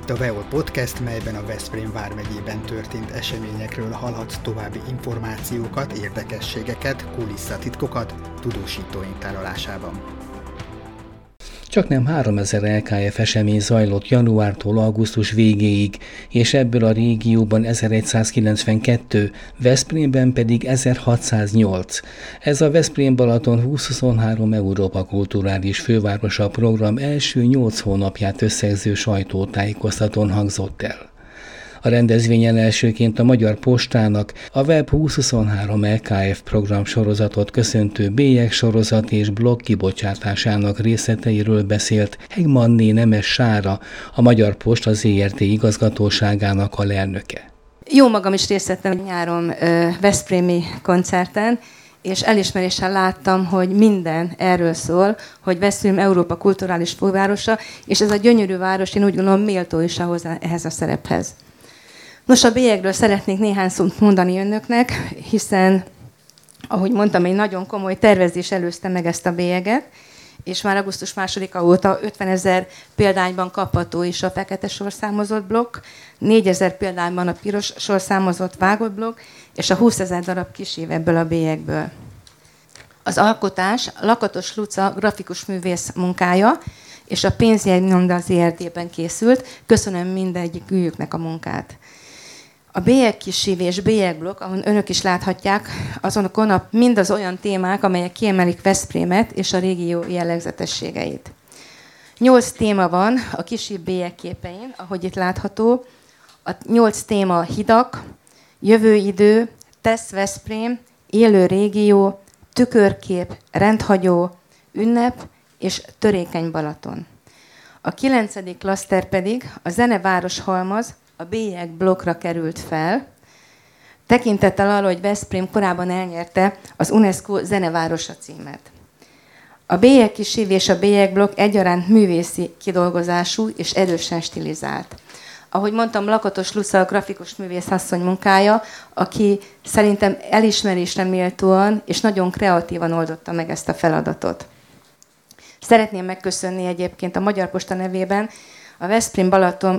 itt a VEOL Podcast, melyben a Veszprém vármegyében történt eseményekről hallhatsz további információkat, érdekességeket, kulisszatitkokat tudósítóink tárolásában. Csaknem 3000 LKF esemény zajlott januártól augusztus végéig, és ebből a régióban 1192, Veszprémben pedig 1608. Ez a Veszprém-Balaton 2023 Európa Kulturális Fővárosa program első 8 hónapját összegző sajtótájékoztatón hangzott el. A rendezvényen elsőként a Magyar Postának a Web 2023 LKF programsorozatot köszöntő bélyegsorozat és blog kibocsátásának részleteiről beszélt Hegmanné Nemes Sára, a Magyar Posta ZRT igazgatóságának alelnöke. Jó magam is részt vettem nyáron veszprémi koncerten, és elismeréssel láttam, hogy minden erről szól, hogy Veszprém Európa Kulturális Fővárosa, és ez a gyönyörű város, én úgy gondolom, méltó is ehhez a szerephez. Nos, a bélyegről szeretnék néhány szót mondani önöknek, hiszen, ahogy mondtam, egy nagyon komoly tervezés előzte meg ezt a bélyeget, és már augusztus 2-a óta 50 000 példányban kapható is a fekete sorszámozott blokk, 4000 példányban a piros sorszámozott vágott blokk, és a 20 000 darab kisév ebből a bélyegből. Az alkotás Lakatos Luca grafikus művész munkája, és a pénzjegynyomda ZRT-ben készült. Köszönöm mindegyiküknek a munkát. A bélyegkísév és bélyegblokk, ahol önök is láthatják, azonokon mind az olyan témák, amelyek kiemelik Veszprémet és a régió jellegzetességeit. 8 téma van a kisív bélyegképein, ahogy itt látható. A 8 téma hidak, jövőidő, tesz Veszprém, élő régió, tükörkép, rendhagyó, ünnep és törékeny Balaton. A 9. klaszter pedig a zeneváros halmaz, a bélyeg blokkra került fel, tekintettel arra, hogy Veszprém korábban elnyerte az UNESCO zenevárosa címet. A bélyegkísév és a bélyegblokk egyaránt művészi kidolgozású és erősen stilizált. Ahogy mondtam, Lakatos Luca a grafikus művész asszony munkája, aki szerintem elismerésre méltóan és nagyon kreatívan oldotta meg ezt a feladatot. Szeretném megköszönni egyébként a Magyar Posta nevében a Veszprém-Balaton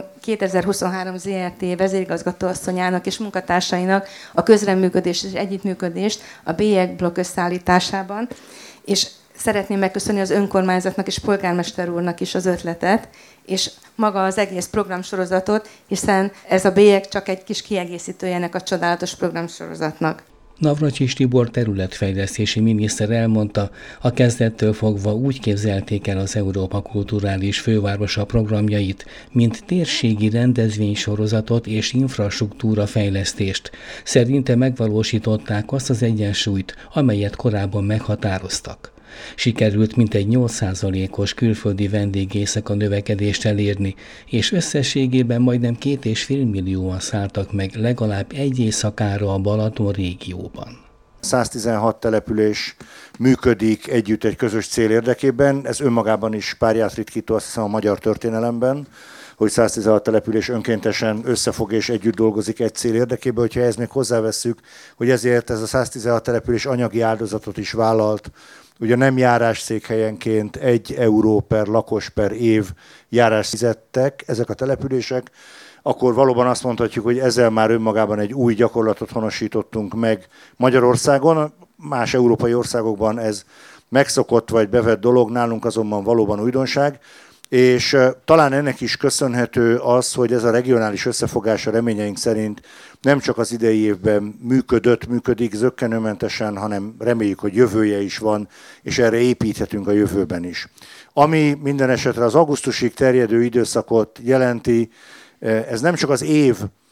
2023 ZRT vezérigazgatóasszonyának és munkatársainak a közreműködést és együttműködést a bélyegblokk összeállításában, és szeretném megköszönni az önkormányzatnak és polgármester úrnak is az ötletet, és maga az egész programsorozatot, hiszen ez a bélyeg csak egy kis kiegészítője ennek a csodálatos programsorozatnak. Navracsics Tibor területfejlesztési miniszter elmondta, a kezdettől fogva úgy képzelték el az Európa Kulturális Fővárosa programjait, mint térségi rendezvénysorozatot és infrastruktúra fejlesztést. Szerinte megvalósították azt az egyensúlyt, amelyet korábban meghatároztak. Sikerült mintegy 8%-os külföldi vendégészaka növekedést elérni, és összességében majdnem 2,5 millióan szálltak meg legalább egy éjszakára a Balaton régióban. 116 település működik együtt egy közös cél érdekében, ez önmagában is párját ritkító, azt hiszem, a magyar történelemben, hogy 116 település önkéntesen összefog és együtt dolgozik egy cél érdekében, hogyha ezt még hozzávesszük, hogy ezért ez a 116 település anyagi áldozatot is vállalt. Ugye nem járásszékhelyenként 1 euró per lakos per év járás fizettek ezek a települések, akkor valóban azt mondhatjuk, hogy ezzel már önmagában egy új gyakorlatot honosítottunk meg Magyarországon. Más európai országokban ez megszokott vagy bevett dolog, nálunk azonban valóban újdonság. És talán ennek is köszönhető az, hogy ez a regionális összefogás a reményeink szerint nem csak az idei évben működik zökkenőmentesen, hanem reméljük, hogy jövője is van, és erre építhetünk a jövőben is. Ami minden esetre az augusztusig terjedő időszakot jelenti, ez nem csak az év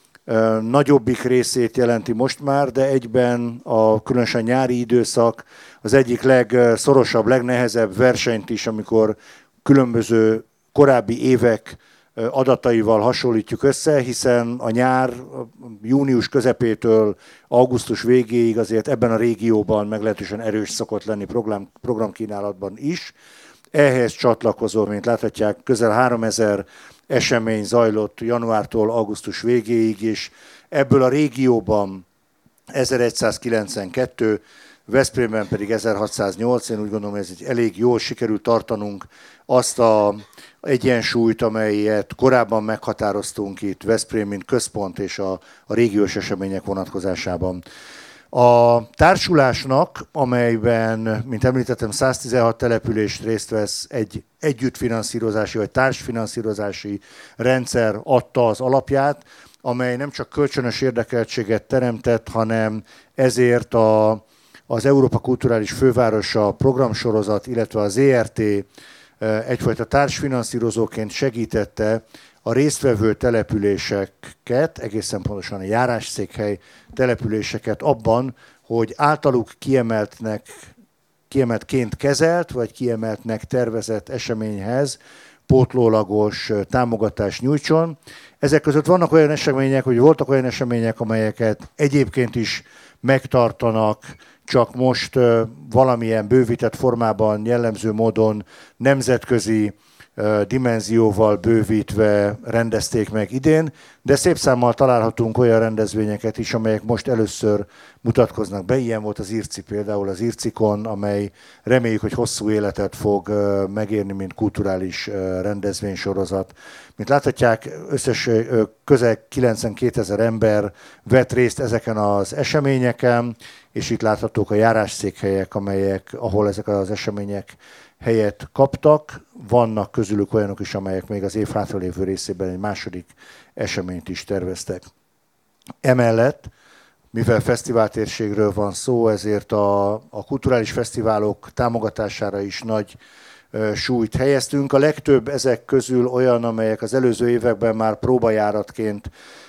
nagyobbik részét jelenti most már, de egyben a különösen nyári időszak az egyik legszorosabb, legnehezebb versenyt is, amikor különböző korábbi évek adataival hasonlítjuk össze, hiszen a nyár június közepétől augusztus végéig azért ebben a régióban meglehetősen erős szokott lenni programkínálatban is. Ehhez csatlakozó, mint láthatják, közel 3000 esemény zajlott januártól augusztus végéig, és ebből a régióban 1192 Veszprémben pedig 1608. Én úgy gondolom, ez egy elég jól sikerült tartanunk azt a egyensúlyt, amelyet korábban meghatároztunk itt Veszprém, mint központ és a régiós események vonatkozásában. A társulásnak, amelyben, mint említettem, 116 települést részt vesz, egy együttfinanszírozási vagy társfinanszírozási rendszer adta az alapját, amely nem csak kölcsönös érdekeltséget teremtett, hanem ezért az Európa Kulturális Fővárosa programsorozat, illetve az ERT egyfajta társfinanszírozóként segítette a résztvevő településeket, egészen pontosan a járásszékhely településeket abban, hogy általuk kiemeltként kezelt, vagy kiemeltnek tervezett eseményhez pótlólagos támogatást nyújtson. Ezek között vannak olyan események, hogy voltak olyan események, amelyeket egyébként is megtartanak, csak most valamilyen bővített formában, jellemző módon nemzetközi dimenzióval bővítve rendezték meg idén, de szép számmal találhatunk olyan rendezvényeket is, amelyek most először mutatkoznak be. Ilyen volt az IRCI például, az IRCIKon, amely reméljük, hogy hosszú életet fog megérni, mint kulturális rendezvénysorozat. Mint láthatják, összes közel 92 000 ember vett részt ezeken az eseményeken, és itt láthatók a járásszékhelyek, ahol ezek az események helyet kaptak. Vannak közülük olyanok is, amelyek még az év hátralévő részében egy második eseményt is terveztek. Emellett, mivel fesztiváltérségről van szó, ezért a kulturális fesztiválok támogatására is nagy súlyt helyeztünk. A legtöbb ezek közül olyan, amelyek az előző években már próbajáratként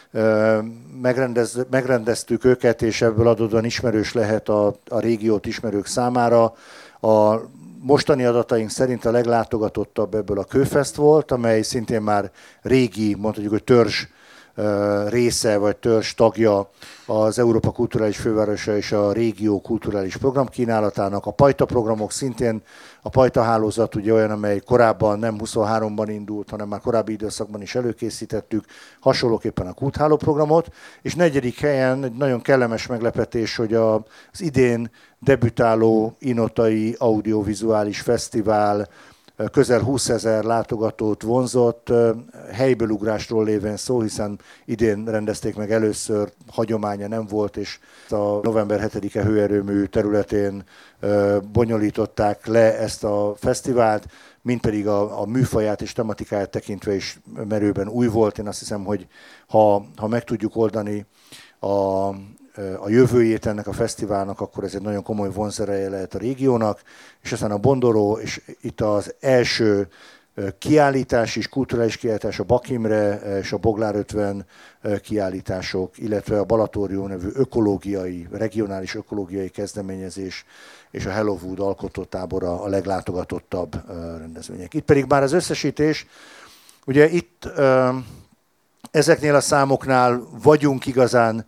megrendeztük őket, és ebből adódóan ismerős lehet a régiót ismerők számára. A mostani adataink szerint a leglátogatottabb ebből a Kőfest volt, amely szintén már régi, mondhatjuk, hogy törzs része vagy törzs tagja az Európa Kulturális Fővárosa és a régió kulturális programkínálatának. A Pajta programok szintén, a Pajta hálózat ugye olyan, amely korábban nem 23-ban indult, hanem már korábbi időszakban is előkészítettük, hasonlóképpen a Kultháló programot, és 4. helyen egy nagyon kellemes meglepetés, hogy az idén debütáló Inotai Audiovizuális Fesztivál közel 20 000 látogatót vonzott, helyből ugrásról lévén szó, hiszen idén rendezték meg először, hagyománya nem volt, és a november 7-e hőerőmű területén bonyolították le ezt a fesztivált, mint pedig a műfaját és tematikáját tekintve is merőben új volt. Én azt hiszem, hogy ha meg tudjuk oldani a jövőjét ennek a fesztiválnak, akkor ez egy nagyon komoly vonzereje lehet a régiónak, és aztán a Bondoró, és itt az első kiállítás is, kulturális kiállítás, a Bak Imre és a Boglár 50 kiállítások, illetve a Balatórium nevű regionális ökológiai kezdeményezés és a Hello Wood alkotótábora a leglátogatottabb rendezvények. Itt pedig már az összesítés, ugye itt ezeknél a számoknál vagyunk igazán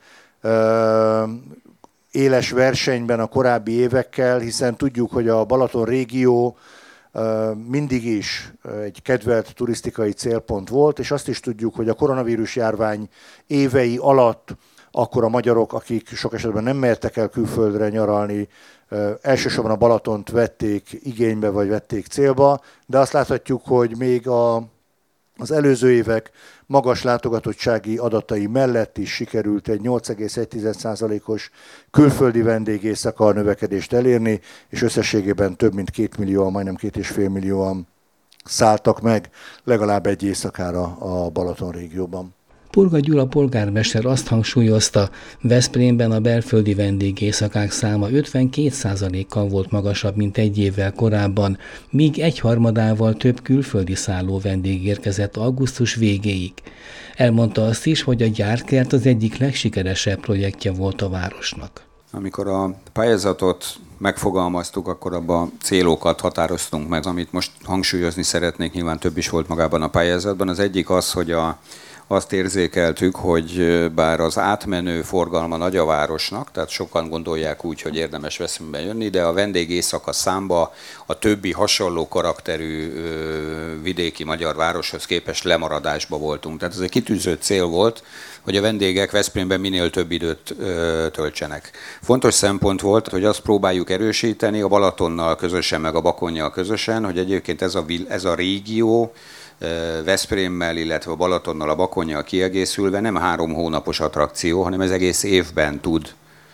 éles versenyben a korábbi évekkel, hiszen tudjuk, hogy a Balaton régió mindig is egy kedvelt turisztikai célpont volt, és azt is tudjuk, hogy a koronavírus járvány évei alatt akkor a magyarok, akik sok esetben nem mertek el külföldre nyaralni, elsősorban a Balatont vették igénybe, vagy vették célba, de azt láthatjuk, hogy még az előző évek magas látogatottsági adatai mellett is sikerült egy 8,1%-os külföldi vendégészaka növekedést elérni, és összességében több mint 2 millióan, majdnem 2,5 millióan szálltak meg legalább egy éjszakára a Balaton régióban. Purga Gyula polgármester azt hangsúlyozta, Veszprémben a belföldi vendégészakák száma 52%-kal volt magasabb, mint egy évvel korábban, míg 1/3 több külföldi szálló vendég érkezett augusztus végéig. Elmondta azt is, hogy a gyárkert az egyik legsikeresebb projektje volt a városnak. Amikor a pályázatot megfogalmaztuk, akkor abban célokat határoztunk meg, amit most hangsúlyozni szeretnék, nyilván több is volt magában a pályázatban. Az egyik az, hogy a azt érzékeltük, hogy bár az átmenő forgalma nagy a városnak, tehát sokan gondolják úgy, hogy érdemes Veszprémbe jönni, de a vendégéjszaka számba a többi hasonló karakterű vidéki magyar városhoz képest lemaradásba voltunk. Tehát ez egy kitűzött cél volt, hogy a vendégek Veszprémben minél több időt töltsenek. Fontos szempont volt, hogy azt próbáljuk erősíteni a Balatonnal közösen, meg a Bakonnyal közösen, hogy egyébként ez a régió Veszprémmel, illetve a Balatonnal, a Bakonnyal kiegészülve nem 3 hónapos attrakció, hanem ez egész évben tud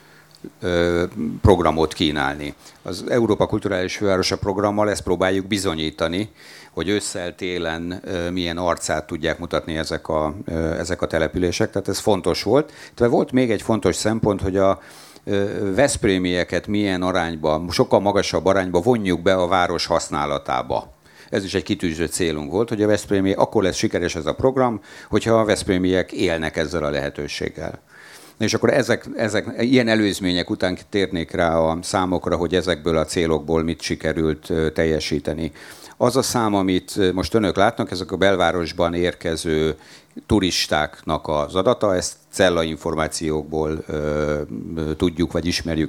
programot kínálni. Az Európa Kulturális Fővárosa programmal ezt próbáljuk bizonyítani, hogy ősszel, télen milyen arcát tudják mutatni ezek a települések, tehát ez fontos volt. Tehát volt még egy fontos szempont, hogy a veszprémieket milyen arányba, sokkal magasabb arányba vonjuk be a város használatába. Ez is egy kitűzött célunk volt, hogy a veszprémi, akkor lesz sikeres ez a program, hogyha a veszprémiek élnek ezzel a lehetőséggel. És akkor ezek ilyen előzmények után térnék rá a számokra, hogy ezekből a célokból mit sikerült teljesíteni. Az a szám, amit most önök látnak, ezek a belvárosban érkező turistáknak az adata, ezt Cella információkból tudjuk, vagy ismerjük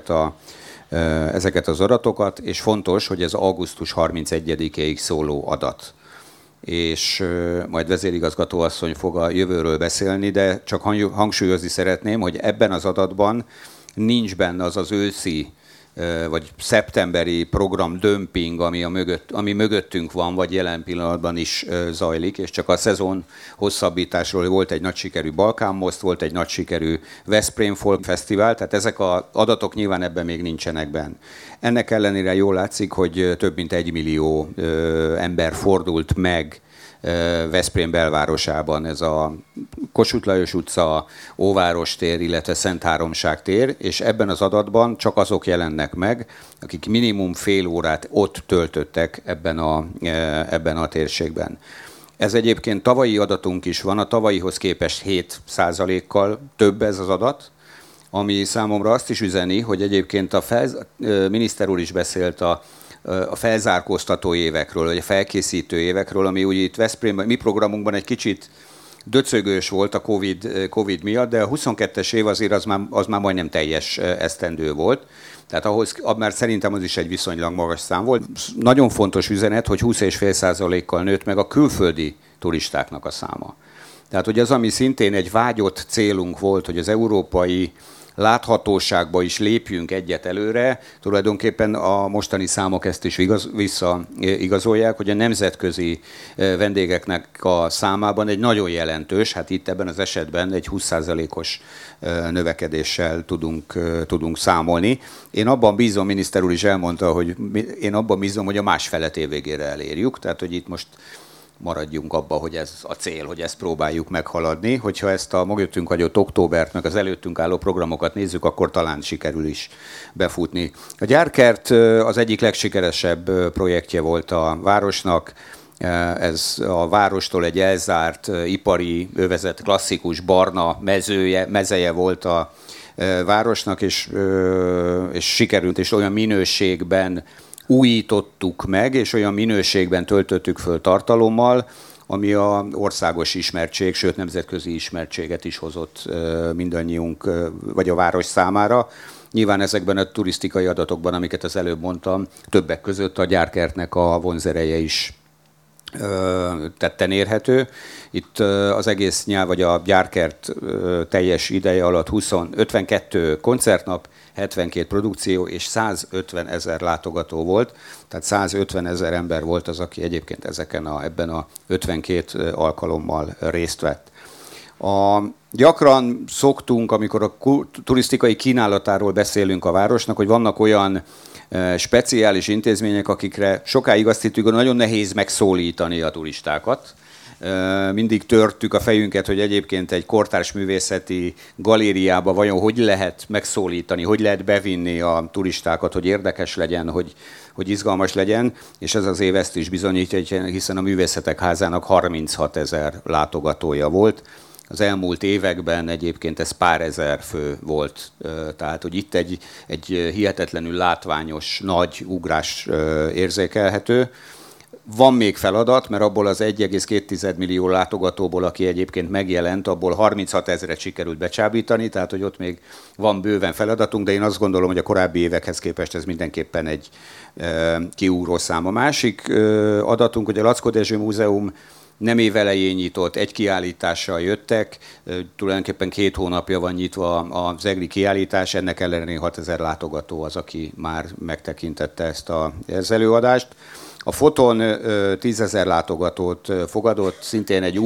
ezeket az adatokat, és fontos, hogy ez augusztus 31-ig szóló adat. És majd vezérigazgató asszony fog a jövőről beszélni, de csak hangsúlyozni szeretném, hogy ebben az adatban nincs benne az az őszi vagy szeptemberi program dömping, ami mögöttünk van, vagy jelen pillanatban is zajlik, és csak a szezon hosszabbításról volt egy nagy sikerű Balkán Most, volt egy nagy sikerű Veszprém Folk Fesztivál, tehát ezek az adatok nyilván ebben még nincsenek benne. Ennek ellenére jól látszik, hogy több mint 1 millió ember fordult meg Veszprém belvárosában, ez a Kossuth Lajos utca, Óváros tér, illetve Szent Háromság tér, és ebben az adatban csak azok jelennek meg, akik minimum fél órát ott töltöttek ebben a térségben. Ez egyébként tavalyi adatunk is van, a tavalyihoz képest 7%-kal több ez az adat, ami számomra azt is üzeni, hogy egyébként miniszter úr is beszélt a felzárkóztató évekről, vagy a felkészítő évekről, ami úgy itt Veszprémben, mi programunkban egy kicsit döcögős volt a Covid miatt, de a 22-es év azért az már majdnem teljes esztendő volt. Tehát mert szerintem az is egy viszonylag magas szám volt. Nagyon fontos üzenet, hogy 20,5%-kal nőtt meg a külföldi turistáknak a száma. Tehát, hogy az, ami szintén egy vágyott célunk volt, hogy az európai láthatóságba is lépjünk egyet előre, tulajdonképpen a mostani számok ezt is visszaigazolják, hogy a nemzetközi vendégeknek a számában egy nagyon jelentős, hát itt ebben az esetben egy 20%-os növekedéssel tudunk számolni. Én abban bízom, miniszter úr is elmondta, hogy én abban bízom, hogy a másfelet év végére elérjük, tehát hogy itt most maradjunk abba, hogy ez a cél, hogy ezt próbáljuk meghaladni. Hogyha ezt a mögöttünk hagyott októbert, meg az előttünk álló programokat nézzük, akkor talán sikerül is befutni. A Gyárkert az egyik legsikeresebb projektje volt a városnak. Ez a várostól egy elzárt ipari övezet, klasszikus barna mezeje volt a városnak, és sikerült, és olyan minőségben újítottuk meg, és olyan minőségben töltöttük föl tartalommal, ami a országos ismertség, sőt nemzetközi ismertséget is hozott mindannyiunk, vagy a város számára. Nyilván ezekben a turisztikai adatokban, amiket az előbb mondtam, többek között a Gyárkertnek a vonzereje is tetten érhető. Itt az egész nyelv, vagy a Gyárkert teljes ideje alatt 52 koncertnap, 72 produkció és 150 000 látogató volt, tehát 150 000 ember volt az, aki egyébként ebben a 52 alkalommal részt vett. Gyakran szoktunk, amikor a turisztikai kínálatáról beszélünk a városnak, hogy vannak olyan speciális intézmények, akikre sokáig azt hittük, hogy nagyon nehéz megszólítani a turistákat. Mindig törtük a fejünket, hogy egyébként egy kortárs művészeti galériába vajon hogy lehet megszólítani, hogy lehet bevinni a turistákat, hogy érdekes legyen, hogy izgalmas legyen, és ez az év ezt is bizonyítja, hiszen a Művészetek Házának 36 000 látogatója volt. Az elmúlt években egyébként ez pár ezer fő volt, tehát hogy itt egy hihetetlenül látványos, nagy ugrás érzékelhető. van még feladat, mert abból az 1,2 millió látogatóból, aki egyébként megjelent, abból 36 000-et sikerült becsábítani, tehát hogy ott még van bőven feladatunk, de én azt gondolom, hogy a korábbi évekhez képest ez mindenképpen egy kiugró szám. A másik adatunk, hogy a Laczkó Dezső Múzeum nem évelején nyitott, egy kiállítással jöttek, tulajdonképpen 2 hónapja van nyitva az EGRI kiállítás, ennek ellenére 6 000 látogató az, aki már megtekintette ezt az előadást. A Foton 10 000 látogatót fogadott, szintén egy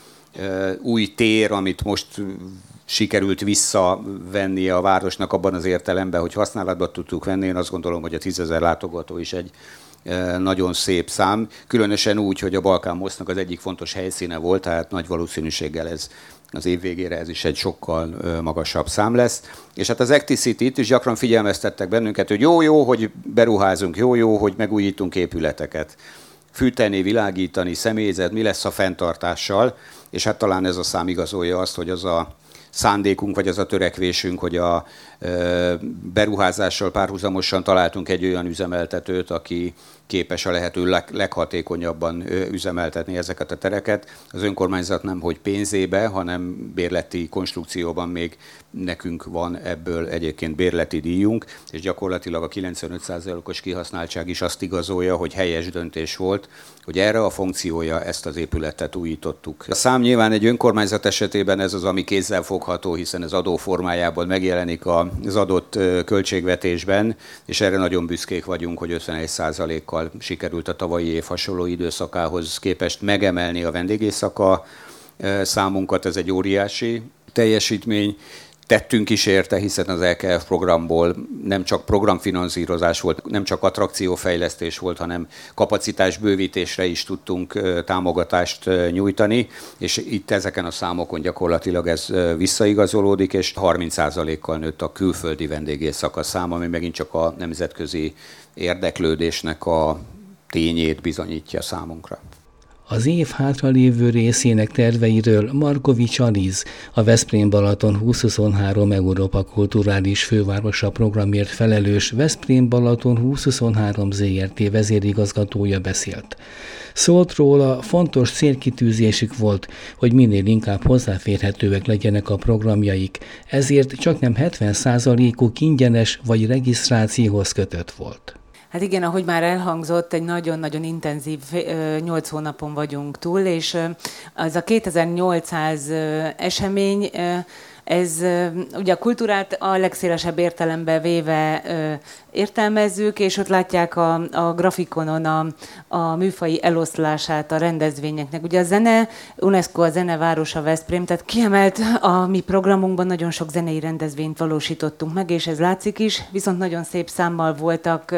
új tér, amit most sikerült visszavennie a városnak abban az értelemben, hogy használatba tudtuk venni. Én azt gondolom, hogy a 10 000 látogató is egy nagyon szép szám, különösen úgy, hogy a Balkán Mostnak az egyik fontos helyszíne volt, tehát nagy valószínűséggel ez az év végére ez is egy sokkal magasabb szám lesz. És hát az Acticity-t is gyakran figyelmeztettek bennünket, hogy jó, hogy beruházunk, jó, hogy megújítunk épületeket. Fűteni, világítani, személyzet, mi lesz a fenntartással, és hát talán ez a szám igazolja azt, hogy az a szándékunk, vagy az a törekvésünk, hogy a beruházással párhuzamosan találtunk egy olyan üzemeltetőt, aki képes a lehető leghatékonyabban üzemeltetni ezeket a tereket. Az önkormányzat nem hogy pénzébe, hanem bérleti konstrukcióban még nekünk van ebből egyébként bérleti díjunk, és gyakorlatilag a 95%-os kihasználtság is azt igazolja, hogy helyes döntés volt, hogy erre a funkciója ezt az épületet újítottuk. A szám nyilván egy önkormányzat esetében ez az, ami kézzel fogható, hiszen az adó formájában megjelenik az adott költségvetésben, és erre nagyon büszkék vagyunk, hogy 51%-kal sikerült a tavalyi év hasonló időszakához képest megemelni a vendégészaka számunkat, ez egy óriási teljesítmény. Tettünk is érte, hiszen az LKF programból nem csak programfinanszírozás volt, nem csak attrakciófejlesztés volt, hanem kapacitásbővítésre is tudtunk támogatást nyújtani, és itt ezeken a számokon gyakorlatilag ez visszaigazolódik, és 30%-kal nőtt a külföldi vendégészaka szám, ami megint csak a nemzetközi érdeklődésnek a tényét bizonyítja számunkra. Az év hátralévő részének terveiről Markovics Aliz, a Veszprém Balaton 2023 Európa Kulturális Fővárosa programért felelős Veszprém Balaton 2023 ZRT vezérigazgatója beszélt. Szólt róla, fontos célkitűzésük volt, hogy minél inkább hozzáférhetőek legyenek a programjaik, ezért csaknem 70%-uk ingyenes vagy regisztrációhoz kötött volt. Hát igen, ahogy már elhangzott, egy nagyon-nagyon intenzív 8 hónapon vagyunk túl, és az a 2800 esemény, ez ugye a kultúrát a legszélesebb értelemben véve értelmezzük, és ott látják a grafikonon a műfaji eloszlását a rendezvényeknek. Ugye a zene, UNESCO a zenevárosa Veszprém, tehát kiemelt a mi programunkban nagyon sok zenei rendezvényt valósítottunk meg, és ez látszik is, viszont nagyon szép számmal voltak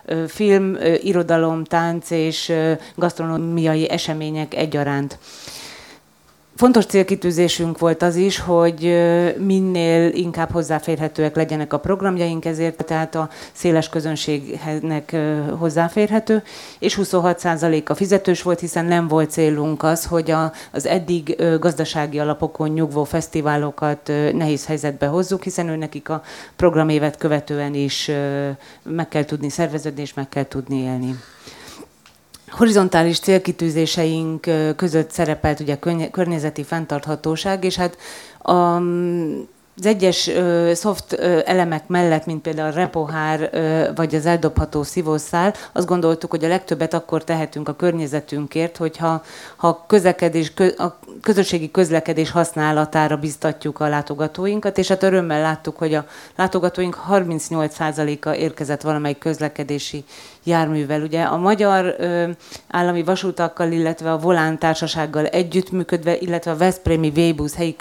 film, irodalom, tánc és gasztronómiai események egyaránt. Fontos célkitűzésünk volt az is, hogy minél inkább hozzáférhetőek legyenek a programjaink, ezért tehát a széles közönségnek hozzáférhető, és 26% a fizetős volt, hiszen nem volt célunk az, hogy az eddig gazdasági alapokon nyugvó fesztiválokat nehéz helyzetbe hozzuk, hiszen őnekik a programévet követően is meg kell tudni szerveződni, és meg kell tudni élni. Horizontális célkitűzéseink között szerepelt ugye a környezeti fenntarthatóság, és hát az egyes soft elemek mellett, mint például a repohár vagy az eldobható szivószál, azt gondoltuk, hogy a legtöbbet akkor tehetünk a környezetünkért, hogyha a közösségi közlekedés használatára biztatjuk a látogatóinkat, és hát örömmel láttuk, hogy a látogatóink 38%-a érkezett valamelyik közlekedési járművel. Ugye a Magyar Állami Vasútakkal, illetve a Volán Társasággal együttműködve, illetve a Veszprémi V-busz helyi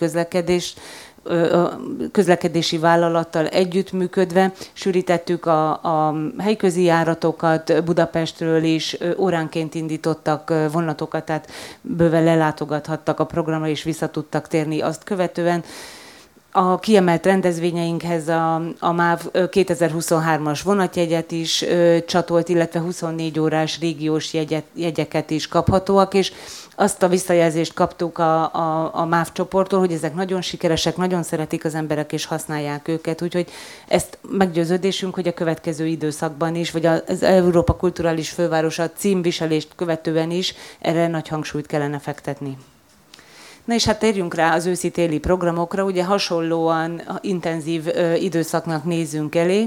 közlekedési vállalattal együttműködve sűrítettük a helyközi járatokat Budapestről is, óránként indítottak vonatokat, tehát bőven lelátogathattak a programra és vissza tudtak térni azt követően. A kiemelt rendezvényeinkhez a MÁV 2023-as vonatjegyet is csatolt, illetve 24 órás régiós jegyeket is kaphatóak, és azt a visszajelzést kaptuk a MÁV csoporttól, hogy ezek nagyon sikeresek, nagyon szeretik az emberek, és használják őket. Úgyhogy ezt meggyőződésünk, hogy a következő időszakban is, vagy az Európa Kulturális Fővárosa címviselést követően is erre nagy hangsúlyt kellene fektetni. Na és hát térjünk rá az őszi-téli programokra, ugye hasonlóan intenzív időszaknak nézünk elé.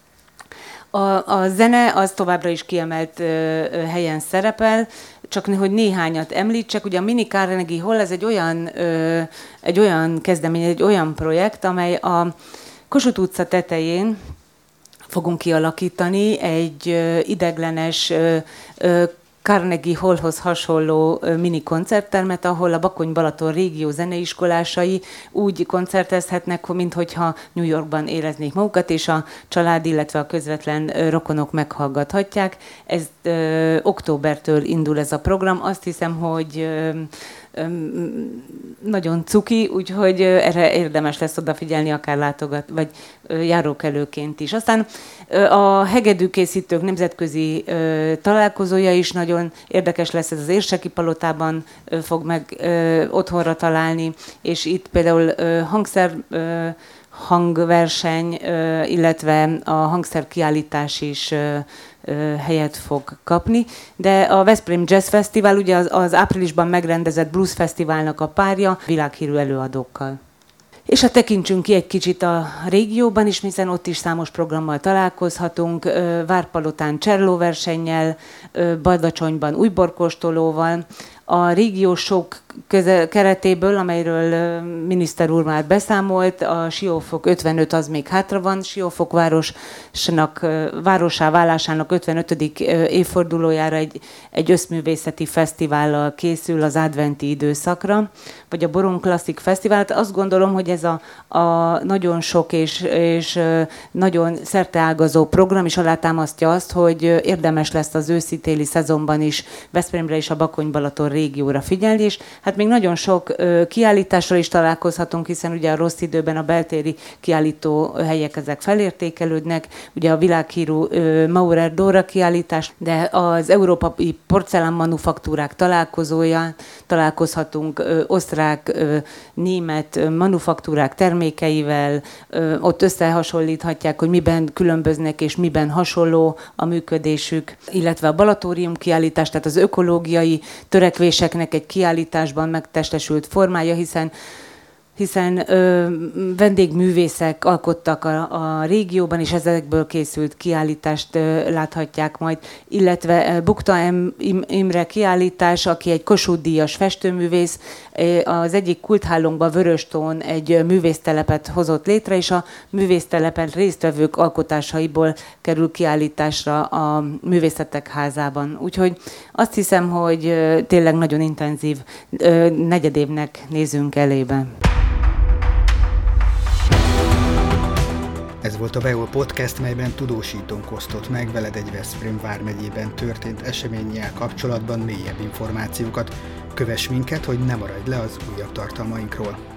A zene az továbbra is kiemelt helyen szerepel, csak hogy néhányat említsek. Ugye a Mini Carnegie Hall ez egy olyan kezdemény, egy olyan projekt, amely a Kossuth utca tetején fogunk kialakítani egy ideglenes Carnegie Hallhoz hasonló mini koncerttermet, ahol a Bakony-Balaton régió zeneiskolásai úgy koncertezhetnek, minthogyha New Yorkban éreznék magukat, és a család, illetve a közvetlen rokonok meghallgathatják. Ez októbertől indul ez a program. Azt hiszem, hogy nagyon cuki, úgyhogy erre érdemes lesz odafigyelni, akár látogat, vagy járókelőként is. Aztán a hegedűkészítők nemzetközi találkozója is nagyon érdekes lesz, ez az Érseki Palotában fog meg otthonra találni, és itt például hangverseny, illetve a hangszerkiállítás is helyet fog kapni, de a Veszprém Jazz Fesztivál ugye az áprilisban megrendezett Blues Fesztiválnak a párja, világhírű előadókkal. És hát tekintsünk ki egy kicsit a régióban is, hiszen ott is számos programmal találkozhatunk, Várpalotán csellóversennyel, Badacsonyban újborkóstolóval. A régió sok keretéből, amelyről miniszter úr már beszámolt, a Siófok 55 az még hátra van, Siófok várossá válásának 55. évfordulójára egy összművészeti fesztivállal készül az adventi időszakra, vagy a Boron Klasszik Fesztivál. Azt gondolom, hogy ez a nagyon sok és nagyon szerteágazó program is alátámasztja azt, hogy érdemes lesz az őszi-téli szezonban is Veszprémre és a Bakony-Balaton régióra figyelni, és hát még nagyon sok kiállításra is találkozhatunk, hiszen ugye a rossz időben a beltéri kiállító helyek ezek felértékelődnek, ugye a világhírű Maurer Dóra kiállítás, de az európai porcelánmanufaktúrák találkozója, találkozhatunk osztrák, német manufaktúrák termékeivel, ott összehasonlíthatják, hogy miben különböznek és miben hasonló a működésük, illetve a Balatórium kiállítás, tehát az ökológiai törekvéseknek egy kiállításban megtestesült formája, hiszen vendégművészek alkottak a régióban, és ezekből készült kiállítást láthatják majd, illetve Bukta Imre kiállítás, aki egy Kossuth-díjas festőművész, az egyik kulthálónkban Vöröstón egy művésztelepet hozott létre, és a művésztelepen résztvevők alkotásaiból kerül kiállításra a Művészetek Házában. Úgyhogy azt hiszem, hogy tényleg nagyon intenzív negyedévnek nézünk elébe. Ez volt a Beol Podcast, melyben tudósítónk osztott meg veled egy Veszprém vármegyében történt eseménnyel kapcsolatban mélyebb információkat. Kövess minket, hogy ne maradj le az újabb tartalmainkról.